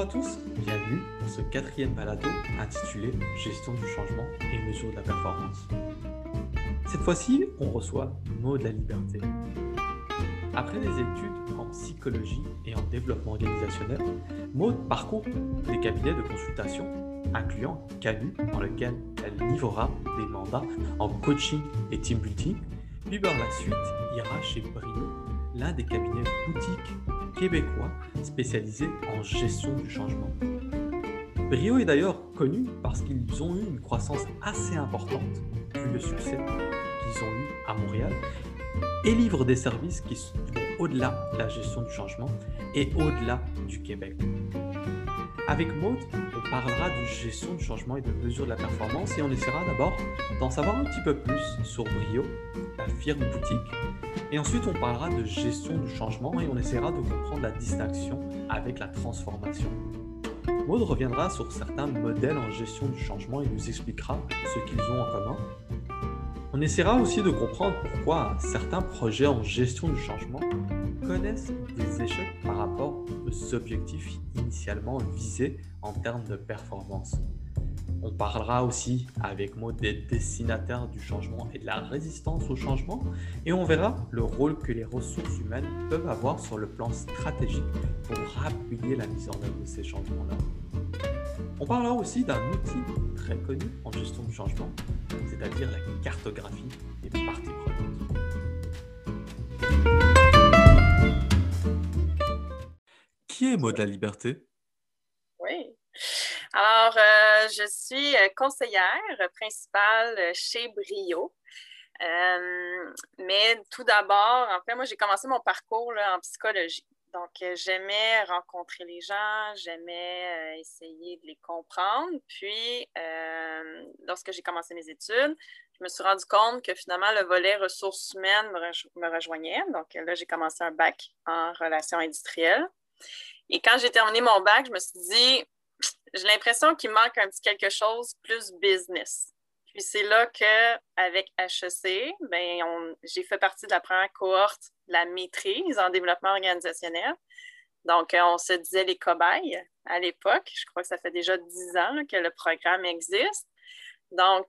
Bonjour à tous, bienvenue pour ce quatrième balado intitulé Gestion du changement et mesure de la performance. Cette fois-ci, on reçoit Maud Laliberté. Après des études en psychologie et en développement organisationnel, Maud parcourt des cabinets de consultation, incluant Canu, dans lequel elle livrera des mandats en coaching et team building, puis par la suite ira chez Brio, l'un des cabinets boutiques québécois spécialisés en gestion du changement. Brio est d'ailleurs connu parce qu'ils ont eu une croissance assez importante, vu le succès qu'ils ont eu à Montréal, et livrent des services qui vont au-delà de la gestion du changement et au-delà du Québec. Avec Maud, on parlera de gestion du changement et de mesure de la performance et on essaiera d'abord d'en savoir un petit peu plus sur Brio, la firme boutique. Et ensuite, on parlera de gestion du changement et on essaiera de comprendre la distinction avec la transformation. Maud reviendra sur certains modèles en gestion du changement et nous expliquera ce qu'ils ont en commun. On essaiera aussi de comprendre pourquoi certains projets en gestion du changement connaissent des échecs par rapport aux objectifs initialement visés en termes de performance. On parlera aussi avec Maud des destinataires du changement et de la résistance au changement et on verra le rôle que les ressources humaines peuvent avoir sur le plan stratégique pour appuyer la mise en œuvre de ces changements-là. On parlera aussi d'un outil très connu en gestion du changement, c'est-à-dire la cartographie des parties prenantes. Qui est Maud Laliberté? Oui. Alors, je suis conseillère principale chez Brio. Mais tout d'abord, en fait, moi, j'ai commencé mon parcours là, en psychologie. Donc, j'aimais rencontrer les gens, j'aimais essayer de les comprendre. Puis, lorsque j'ai commencé mes études, je me suis rendu compte que finalement, le volet ressources humaines me rejoignait. Donc, là, j'ai commencé un bac en relations industrielles. Et quand j'ai terminé mon bac, je me suis dit, j'ai l'impression qu'il manque un petit quelque chose plus business. Puis c'est là qu'avec HEC, j'ai fait partie de la première cohorte de la maîtrise en développement organisationnel. Donc, on se disait les cobayes à l'époque. Je crois que ça fait déjà 10 ans là, que le programme existe. Donc,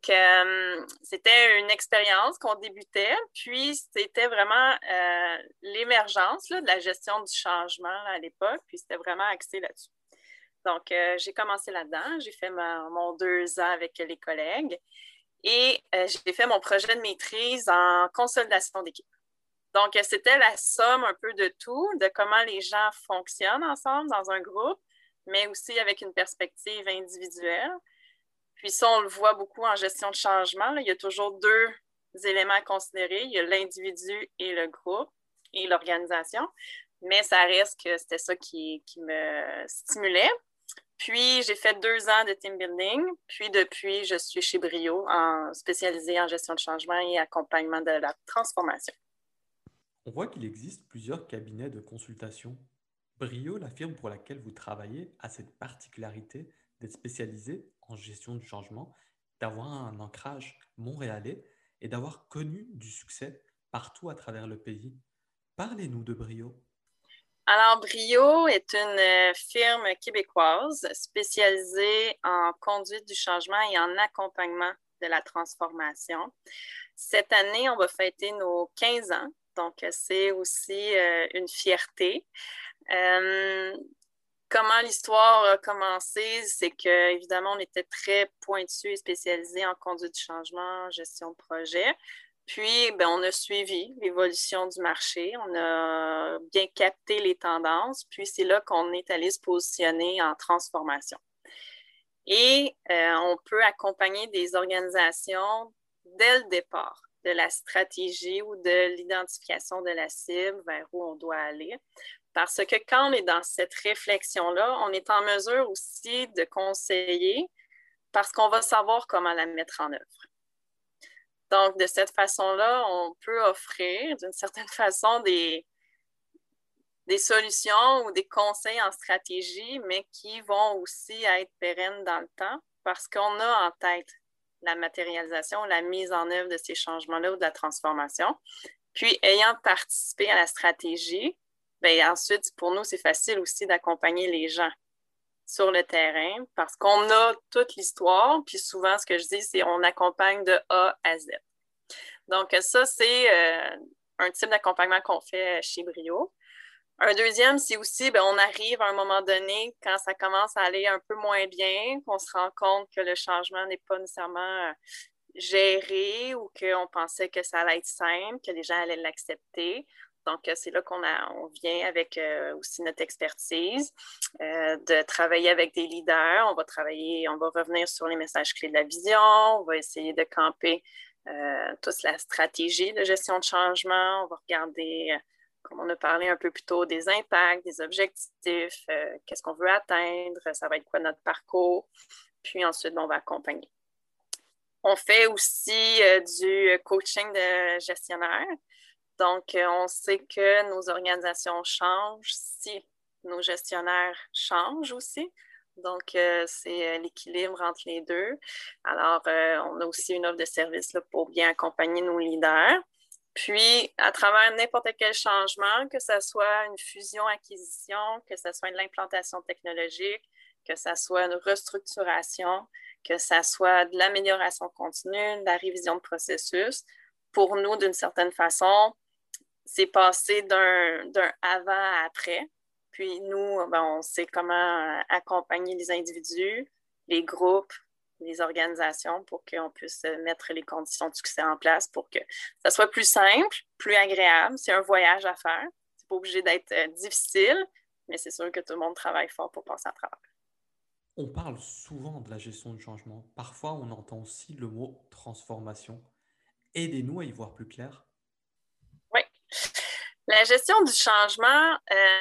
c'était une expérience qu'on débutait, puis c'était vraiment l'émergence là, de la gestion du changement là, à l'époque, puis c'était vraiment axé là-dessus. Donc, j'ai commencé là-dedans, j'ai fait mon 2 ans avec les collègues et j'ai fait mon projet de maîtrise en consolidation d'équipe. Donc, c'était la somme un peu de tout, de comment les gens fonctionnent ensemble dans un groupe, mais aussi avec une perspective individuelle. Puis ça, on le voit beaucoup en gestion de changement. Là, il y a toujours deux éléments à considérer. Il y a l'individu et le groupe et l'organisation. Mais ça reste que c'était ça qui me stimulait. Puis, j'ai fait 2 ans de team building. Puis, depuis, je suis chez Brio, spécialisée en gestion de changement et accompagnement de la transformation. On voit qu'il existe plusieurs cabinets de consultation. Brio, la firme pour laquelle vous travaillez, a cette particularité d'être spécialisée en gestion du changement, d'avoir un ancrage montréalais et d'avoir connu du succès partout à travers le pays. Parlez-nous de Brio. Alors, Brio est une firme québécoise spécialisée en conduite du changement et en accompagnement de la transformation. Cette année, on va fêter nos 15 ans, donc c'est aussi une fierté. Comment l'histoire a commencé, c'est que évidemment, on était très pointu et spécialisé en conduite du changement, gestion de projet. Puis, on a suivi l'évolution du marché, on a bien capté les tendances, puis c'est là qu'on est allé se positionner en transformation. Et on peut accompagner des organisations dès le départ de la stratégie ou de l'identification de la cible vers où on doit aller. Parce que quand on est dans cette réflexion-là, on est en mesure aussi de conseiller parce qu'on va savoir comment la mettre en œuvre. Donc, de cette façon-là, on peut offrir d'une certaine façon des solutions ou des conseils en stratégie, mais qui vont aussi être pérennes dans le temps parce qu'on a en tête la matérialisation, la mise en œuvre de ces changements-là ou de la transformation. Puis, ayant participé à la stratégie, ensuite, pour nous, c'est facile aussi d'accompagner les gens sur le terrain parce qu'on a toute l'histoire. Puis souvent, ce que je dis, c'est on accompagne de A à Z. Donc, ça, c'est un type d'accompagnement qu'on fait chez Brio. Un deuxième, c'est aussi, bien, on arrive à un moment donné, quand ça commence à aller un peu moins bien, qu'on se rend compte que le changement n'est pas nécessairement géré ou qu'on pensait que ça allait être simple, que les gens allaient l'accepter. Donc, c'est là on vient avec aussi notre expertise, de travailler avec des leaders. On va revenir sur les messages clés de la vision. On va essayer de camper toute la stratégie de gestion de changement. On va regarder, comme on a parlé un peu plus tôt, des impacts, des objectifs, qu'est-ce qu'on veut atteindre, ça va être quoi notre parcours. Puis ensuite, on va accompagner. On fait aussi du coaching de gestionnaire. Donc, on sait que nos organisations changent si nos gestionnaires changent aussi. Donc, c'est l'équilibre entre les deux. Alors, on a aussi une offre de service là, pour bien accompagner nos leaders. Puis, à travers n'importe quel changement, que ce soit une fusion-acquisition, que ce soit de l'implantation technologique, que ce soit une restructuration, que ce soit de l'amélioration continue, de la révision de processus, pour nous, d'une certaine façon, c'est passé d'un avant à après. Puis nous, ben, on sait comment accompagner les individus, les groupes, les organisations pour qu'on puisse mettre les conditions de succès en place pour que ça soit plus simple, plus agréable. C'est un voyage à faire. C'est pas obligé d'être difficile, mais c'est sûr que tout le monde travaille fort pour passer à travers. On parle souvent de la gestion du changement. Parfois, on entend aussi le mot transformation. Aidez-nous à y voir plus clair. Oui. La gestion du changement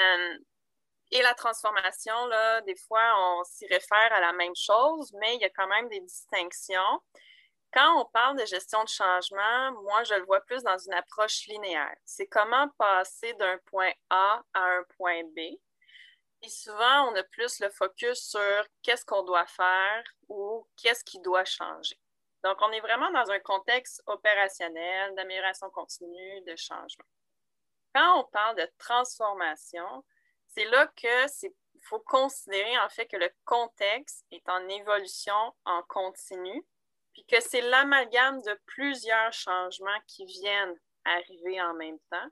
et la transformation, là, des fois, on s'y réfère à la même chose, mais il y a quand même des distinctions. Quand on parle de gestion de changement, moi, je le vois plus dans une approche linéaire. C'est comment passer d'un point A à un point B. Et souvent, on a plus le focus sur qu'est-ce qu'on doit faire ou qu'est-ce qui doit changer. Donc, on est vraiment dans un contexte opérationnel, d'amélioration continue, de changement. Quand on parle de transformation, c'est là que faut considérer en fait que le contexte est en évolution en continu, puis que c'est l'amalgame de plusieurs changements qui viennent arriver en même temps.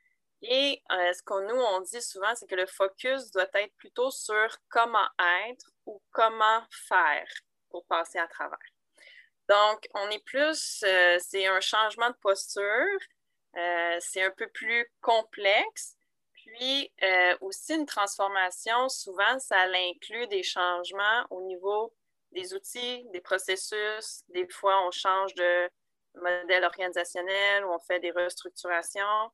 Et ce qu'on nous, on dit souvent, c'est que le focus doit être plutôt sur comment être ou comment faire pour passer à travers. Donc, on est plus, c'est un changement de posture, c'est un peu plus complexe. Puis, aussi une transformation, souvent, ça inclut des changements au niveau des outils, des processus. Des fois, on change de modèle organisationnel ou on fait des restructurations.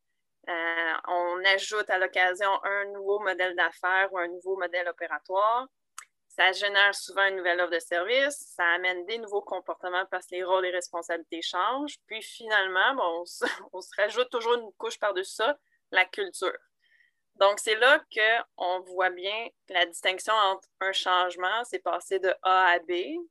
On ajoute à l'occasion un nouveau modèle d'affaires ou un nouveau modèle opératoire. Ça génère souvent une nouvelle offre de service, ça amène des nouveaux comportements parce que les rôles et responsabilités changent. Puis finalement, bon, on se rajoute toujours une couche par-dessus ça, la culture. Donc, c'est là qu'on voit bien la distinction entre un changement, c'est passer de A à B,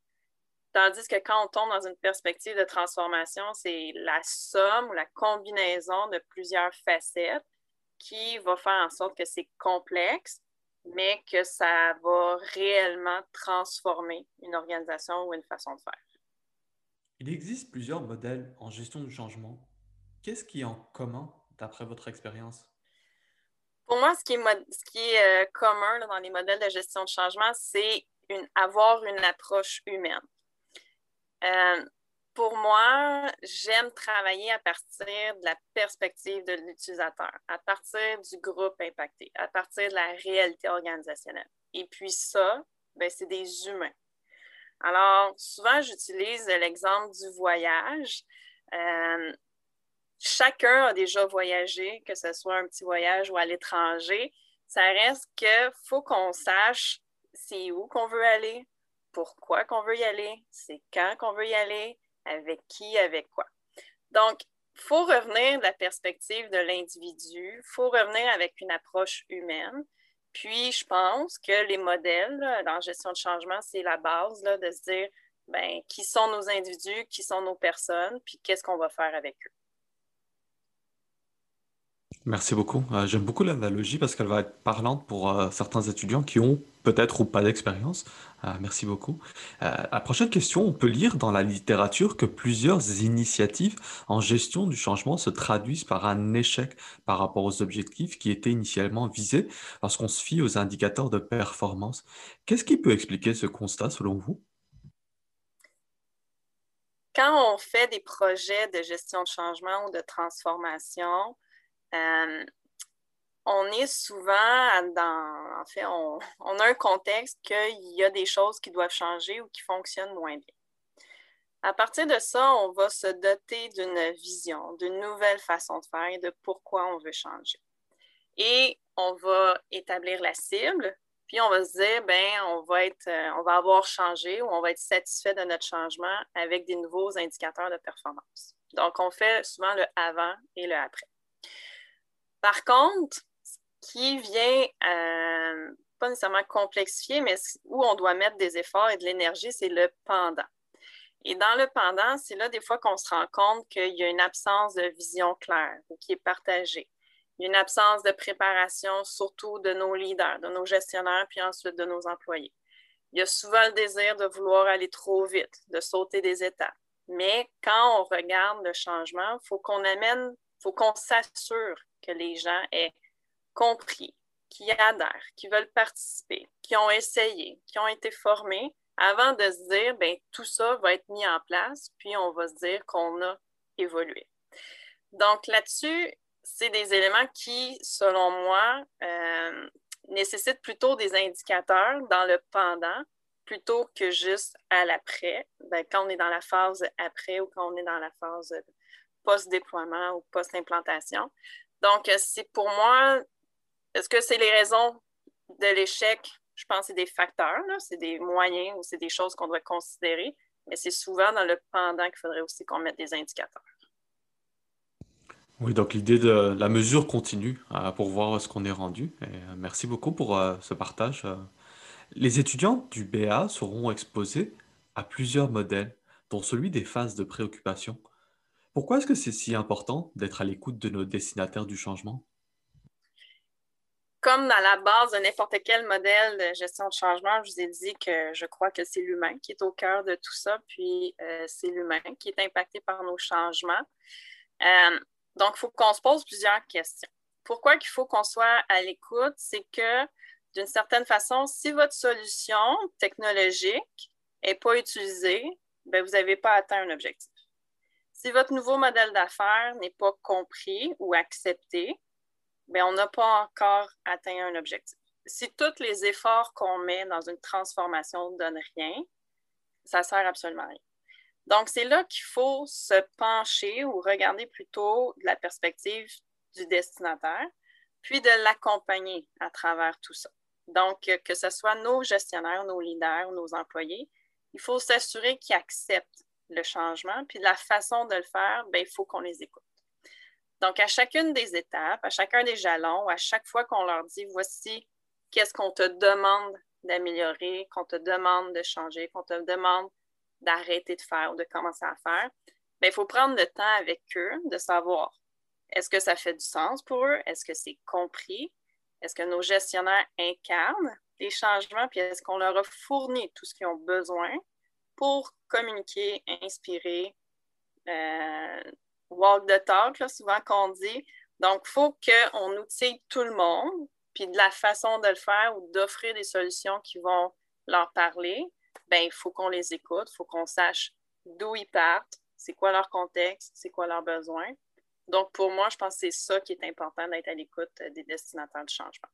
tandis que quand on tombe dans une perspective de transformation, c'est la somme ou la combinaison de plusieurs facettes qui va faire en sorte que c'est complexe, mais que ça va réellement transformer une organisation ou une façon de faire. Il existe plusieurs modèles en gestion du changement. Qu'est-ce qui est en commun d'après votre expérience? Pour moi, ce qui est commun là, dans les modèles de gestion de changement, c'est avoir une approche humaine. Pour moi, j'aime travailler à partir de la perspective de l'utilisateur, à partir du groupe impacté, à partir de la réalité organisationnelle. Et puis ça, ben, c'est des humains. Alors, souvent, j'utilise l'exemple du voyage. Chacun a déjà voyagé, que ce soit un petit voyage ou à l'étranger. Ça reste qu'il faut qu'on sache c'est où qu'on veut aller, pourquoi qu'on veut y aller, c'est quand qu'on veut y aller, avec qui, avec quoi. Donc, il faut revenir de la perspective de l'individu, il faut revenir avec une approche humaine. Puis, je pense que les modèles là, dans la gestion de changement, c'est la base là, de se dire ben, qui sont nos individus, qui sont nos personnes, puis qu'est-ce qu'on va faire avec eux. Merci beaucoup. J'aime beaucoup l'analogie parce qu'elle va être parlante pour certains étudiants qui ont peut-être ou pas d'expérience. Merci beaucoup. La prochaine question, on peut lire dans la littérature que plusieurs initiatives en gestion du changement se traduisent par un échec par rapport aux objectifs qui étaient initialement visés lorsqu'on se fie aux indicateurs de performance. Qu'est-ce qui peut expliquer ce constat selon vous? Quand on fait des projets de gestion de changement ou de transformation, euh, on est souvent en fait, on a un contexte qu'il y a des choses qui doivent changer ou qui fonctionnent moins bien. À partir de ça, on va se doter d'une vision, d'une nouvelle façon de faire et de pourquoi on veut changer. Et on va établir la cible, puis on va se dire, ben, on va avoir changé ou on va être satisfait de notre changement avec des nouveaux indicateurs de performance. Donc, on fait souvent le avant et le après. Par contre, ce qui vient pas nécessairement complexifier, mais où on doit mettre des efforts et de l'énergie, c'est le pendant. Et dans le pendant, c'est là des fois qu'on se rend compte qu'il y a une absence de vision claire ou qui est partagée. Il y a une absence de préparation, surtout de nos leaders, de nos gestionnaires, puis ensuite de nos employés. Il y a souvent le désir de vouloir aller trop vite, de sauter des étapes. Mais quand on regarde le changement, il faut qu'on s'assure que les gens aient compris, qui adhèrent, qui veulent participer, qui ont essayé, qui ont été formés, avant de se dire, bien, tout ça va être mis en place, puis on va se dire qu'on a évolué. Donc là-dessus, c'est des éléments qui, selon moi, nécessitent plutôt des indicateurs dans le pendant plutôt que juste à l'après. Ben, quand on est dans la phase après ou quand on est dans la phase post-déploiement ou post-implantation. Donc, c'est pour moi, est-ce que c'est les raisons de l'échec? Je pense que c'est des facteurs, c'est des moyens ou c'est des choses qu'on doit considérer, mais c'est souvent dans le pendant qu'il faudrait aussi qu'on mette des indicateurs. Oui, donc l'idée de la mesure continue pour voir où est-ce qu'on est rendu. Et, merci beaucoup pour ce partage. Les étudiants du BA seront exposés à plusieurs modèles, dont celui des phases de préoccupation. Pourquoi est-ce que c'est si important d'être à l'écoute de nos destinataires du changement? Comme dans la base de n'importe quel modèle de gestion de changement, je vous ai dit que je crois que c'est l'humain qui est au cœur de tout ça, puis c'est l'humain qui est impacté par nos changements. Euh, donc, il faut qu'on se pose plusieurs questions. Pourquoi il faut qu'on soit à l'écoute? C'est que, d'une certaine façon, si votre solution technologique n'est pas utilisée, bien, vous n'avez pas atteint un objectif. Si votre nouveau modèle d'affaires n'est pas compris ou accepté, bien, on n'a pas encore atteint un objectif. Si tous les efforts qu'on met dans une transformation ne donnent rien, ça ne sert absolument à rien. Donc, c'est là qu'il faut se pencher ou regarder plutôt de la perspective du destinataire, puis de l'accompagner à travers tout ça. Donc, que ce soit nos gestionnaires, nos leaders, nos employés, il faut s'assurer qu'ils acceptent le changement, puis la façon de le faire, bien, il faut qu'on les écoute. Donc, à chacune des étapes, à chacun des jalons, à chaque fois qu'on leur dit, voici qu'est-ce qu'on te demande d'améliorer, qu'on te demande de changer, qu'on te demande d'arrêter de faire ou de commencer à faire, bien, il faut prendre le temps avec eux de savoir est-ce que ça fait du sens pour eux, est-ce que c'est compris, est-ce que nos gestionnaires incarnent les changements, puis est-ce qu'on leur a fourni tout ce qu'ils ont besoin pour communiquer, inspirer, walk the talk, là, souvent qu'on dit. Donc, il faut qu'on outille tout le monde, puis de la façon de le faire ou d'offrir des solutions qui vont leur parler, ben, il faut qu'on les écoute, il faut qu'on sache d'où ils partent, c'est quoi leur contexte, c'est quoi leurs besoins. Donc, pour moi, je pense que c'est ça qui est important d'être à l'écoute des destinataires du changement.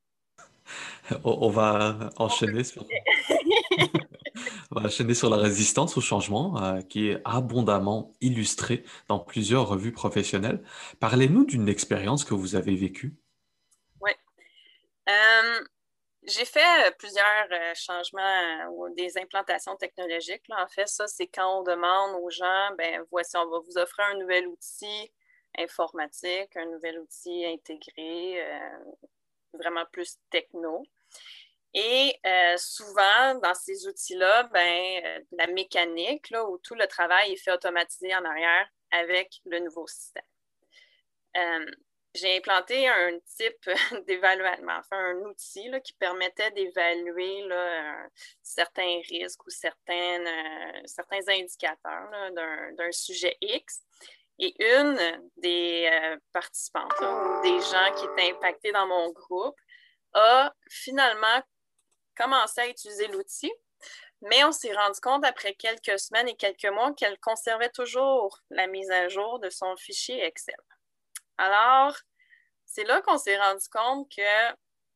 On va enchaîner sur, on va enchaîner sur la résistance au changement, qui est abondamment illustrée dans plusieurs revues professionnelles. Parlez-nous d'une expérience que vous avez vécue. Oui. Euh, j'ai fait plusieurs changements ou des implantations technologiques. Là. En fait, ça, c'est quand on demande aux gens, ben voici, on va vous offrir un nouvel outil informatique, un nouvel outil intégré, vraiment plus techno. Et souvent, dans ces outils-là, ben, la mécanique, là, où tout le travail est fait automatiser en arrière avec le nouveau système. j'ai implanté un type d'évaluation, enfin un outil là, qui permettait d'évaluer là, certains risques ou certains indicateurs là, d'un sujet X. Et une des participantes là, ou des gens qui étaient impactés dans mon groupe a finalement commencé à utiliser l'outil, mais on s'est rendu compte après quelques semaines et quelques mois qu'elle conservait toujours la mise à jour de son fichier Excel. Alors, c'est là qu'on s'est rendu compte que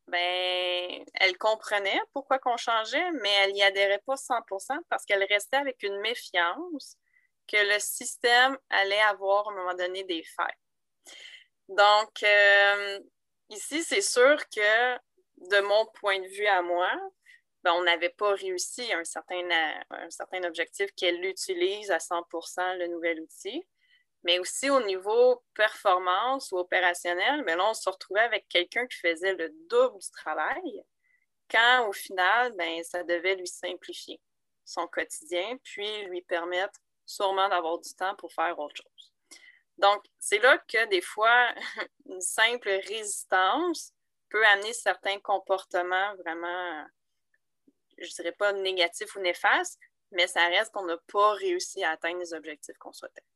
elle comprenait pourquoi qu'on changeait, mais elle n'y adhérait pas 100% parce qu'elle restait avec une méfiance que le système allait avoir à un moment donné des failles. Donc, ici, c'est sûr que de mon point de vue à moi, on n'avait pas réussi un certain objectif qu'elle utilise à 100% le nouvel outil. Mais aussi au niveau performance ou opérationnel, mais là, on se retrouvait avec quelqu'un qui faisait le double du travail, quand au final, ça devait lui simplifier son quotidien, puis lui permettre sûrement d'avoir du temps pour faire autre chose. Donc, c'est là que des fois, une simple résistance peut amener certains comportements vraiment, je ne dirais pas négatifs ou néfastes, mais ça reste qu'on n'a pas réussi à atteindre les objectifs qu'on souhaitait.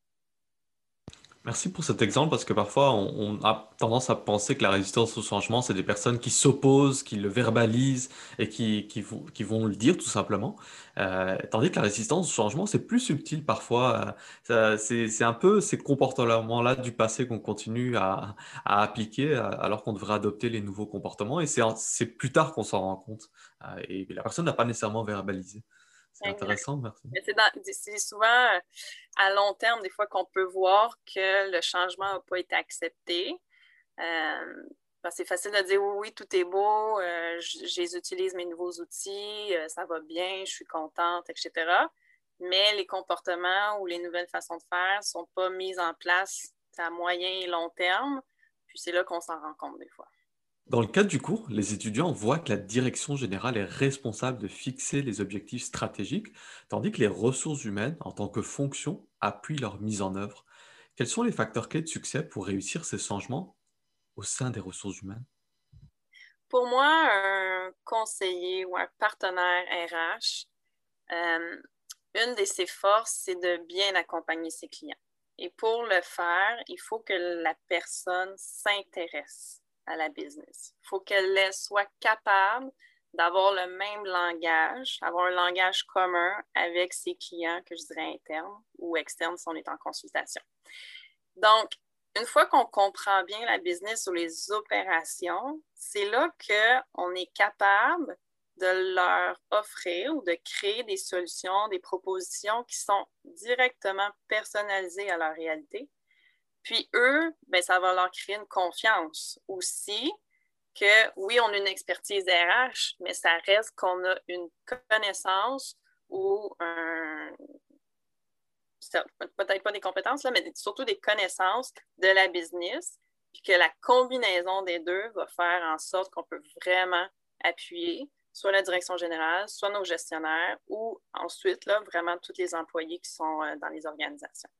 Merci pour cet exemple parce que parfois on a tendance à penser que la résistance au changement, c'est des personnes qui s'opposent, qui le verbalisent et qui vont le dire tout simplement. Tandis que la résistance au changement, c'est plus subtil parfois. C'est un peu ces comportements-là du passé qu'on continue à appliquer alors qu'on devrait adopter les nouveaux comportements et c'est plus tard qu'on s'en rend compte. Et la personne n'a pas nécessairement verbalisé. C'est Exact. intéressant, merci. Mais c'est souvent à long terme, des fois, qu'on peut voir que le changement n'a pas été accepté. C'est facile de dire oui, oui, tout est beau, j'utilise mes nouveaux outils, ça va bien, je suis contente, etc. Mais les comportements ou les nouvelles façons de faire ne sont pas mises en place à moyen et long terme. Puis c'est là qu'on s'en rend compte des fois. Dans le cadre du cours, les étudiants voient que la direction générale est responsable de fixer les objectifs stratégiques, tandis que les ressources humaines, en tant que fonction, appuient leur mise en œuvre. Quels sont les facteurs clés de succès pour réussir ces changements au sein des ressources humaines? Pour moi, un conseiller ou un partenaire RH, euh, une de ses forces, c'est de bien accompagner ses clients. Et pour le faire, il faut que la personne s'intéresse à la business. Il faut qu'elle soit capable d'avoir le même langage, avoir un langage commun avec ses clients, que je dirais internes ou externes si on est en consultation. Donc, une fois qu'on comprend bien la business ou les opérations, c'est là qu'on est capable de leur offrir ou de créer des solutions, des propositions qui sont directement personnalisées à leur réalité. Puis eux, ça va leur créer une confiance aussi que oui, on a une expertise RH, mais ça reste qu'on a une connaissance ou peut-être pas des compétences, là, mais surtout des connaissances de la business, puis que la combinaison des deux va faire en sorte qu'on peut vraiment appuyer soit la direction générale, soit nos gestionnaires, ou ensuite, là, vraiment tous les employés qui sont dans les organisations.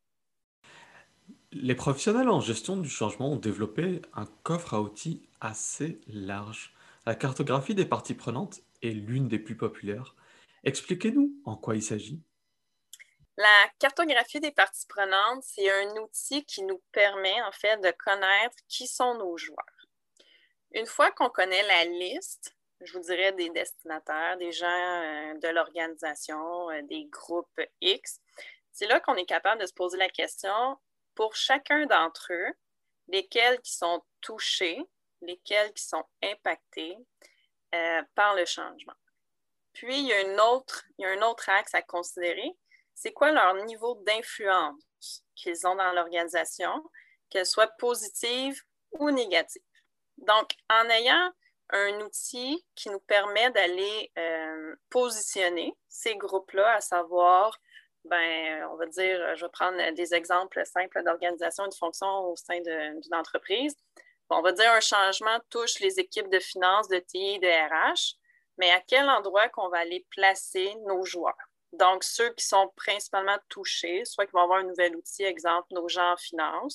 Les professionnels en gestion du changement ont développé un coffre à outils assez large. La cartographie des parties prenantes est l'une des plus populaires. Expliquez-nous en quoi il s'agit. La cartographie des parties prenantes, c'est un outil qui nous permet en fait de connaître qui sont nos joueurs. Une fois qu'on connaît la liste, je vous dirais des destinataires, des gens de l'organisation, des groupes X, c'est là qu'on est capable de se poser la question, pour chacun d'entre eux, lesquels qui sont touchés, lesquels qui sont impactés par le changement. Puis, il y a un autre axe à considérer, c'est quoi leur niveau d'influence qu'ils ont dans l'organisation, qu'elle soit positive ou négative. Donc, en ayant un outil qui nous permet d'aller positionner ces groupes-là, à savoir, on va dire, je vais prendre des exemples simples d'organisation et de fonction au sein d'une entreprise. On va dire un changement touche les équipes de finances, de TI et de RH, mais à quel endroit qu'on va aller placer nos joueurs? Donc, ceux qui sont principalement touchés, soit qui vont avoir un nouvel outil, exemple, nos gens en finance,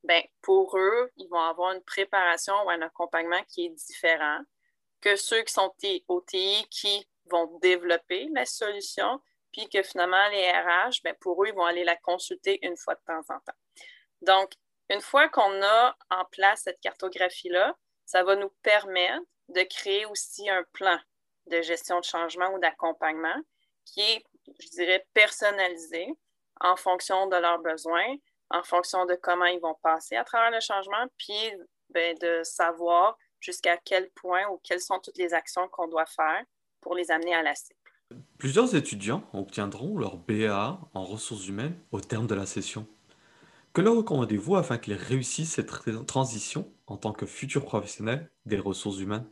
ben, pour eux, ils vont avoir une préparation ou un accompagnement qui est différent que ceux qui sont au TI qui vont développer la solution, puis que finalement, les RH, ben, pour eux, ils vont aller la consulter une fois de temps en temps. Donc, une fois qu'on a en place cette cartographie-là, ça va nous permettre de créer aussi un plan de gestion de changement ou d'accompagnement qui est, je dirais, personnalisé en fonction de leurs besoins, en fonction de comment ils vont passer à travers le changement, puis ben, de savoir jusqu'à quel point ou quelles sont toutes les actions qu'on doit faire pour les amener à la cible. Plusieurs étudiants obtiendront leur BA en ressources humaines au terme de la session. Que leur recommandez-vous afin qu'ils réussissent cette transition en tant que futurs professionnels des ressources humaines?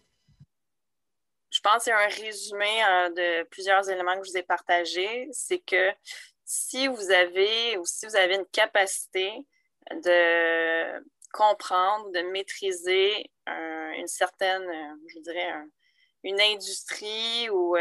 Je pense que c'est un résumé de plusieurs éléments que je vous ai partagés. C'est que si vous avez une capacité de comprendre, de maîtriser une certaine, je dirais, une industrie ou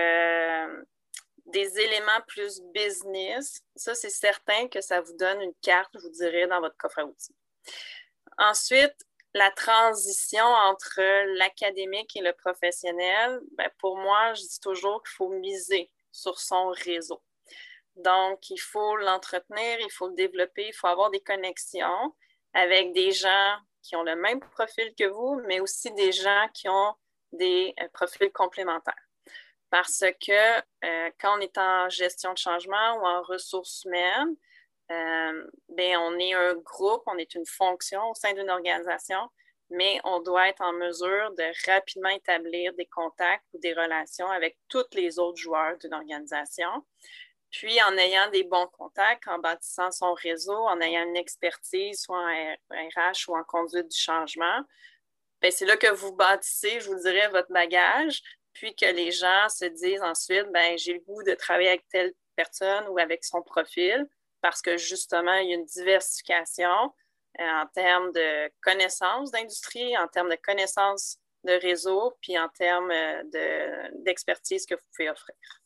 des éléments plus business, ça, c'est certain que ça vous donne une carte, je vous dirais, dans votre coffre à outils. Ensuite, la transition entre l'académique et le professionnel, ben pour moi, je dis toujours qu'il faut miser sur son réseau. Donc, il faut l'entretenir, il faut le développer, il faut avoir des connexions avec des gens qui ont le même profil que vous, mais aussi des gens qui ont des profils complémentaires. Parce que quand on est en gestion de changement ou en ressources humaines, ben, on est un groupe, on est une fonction au sein d'une organisation, mais on doit être en mesure de rapidement établir des contacts ou des relations avec tous les autres joueurs d'une organisation. Puis, en ayant des bons contacts, en bâtissant son réseau, en ayant une expertise, soit en RH ou en conduite du changement, ben, c'est là que vous bâtissez, je vous dirais, votre bagage, puis que les gens se disent ensuite, ben, j'ai le goût de travailler avec telle personne ou avec son profil, parce que justement, il y a une diversification en termes de connaissances d'industrie, en termes de connaissances de réseau, puis en termes d'expertise que vous pouvez offrir.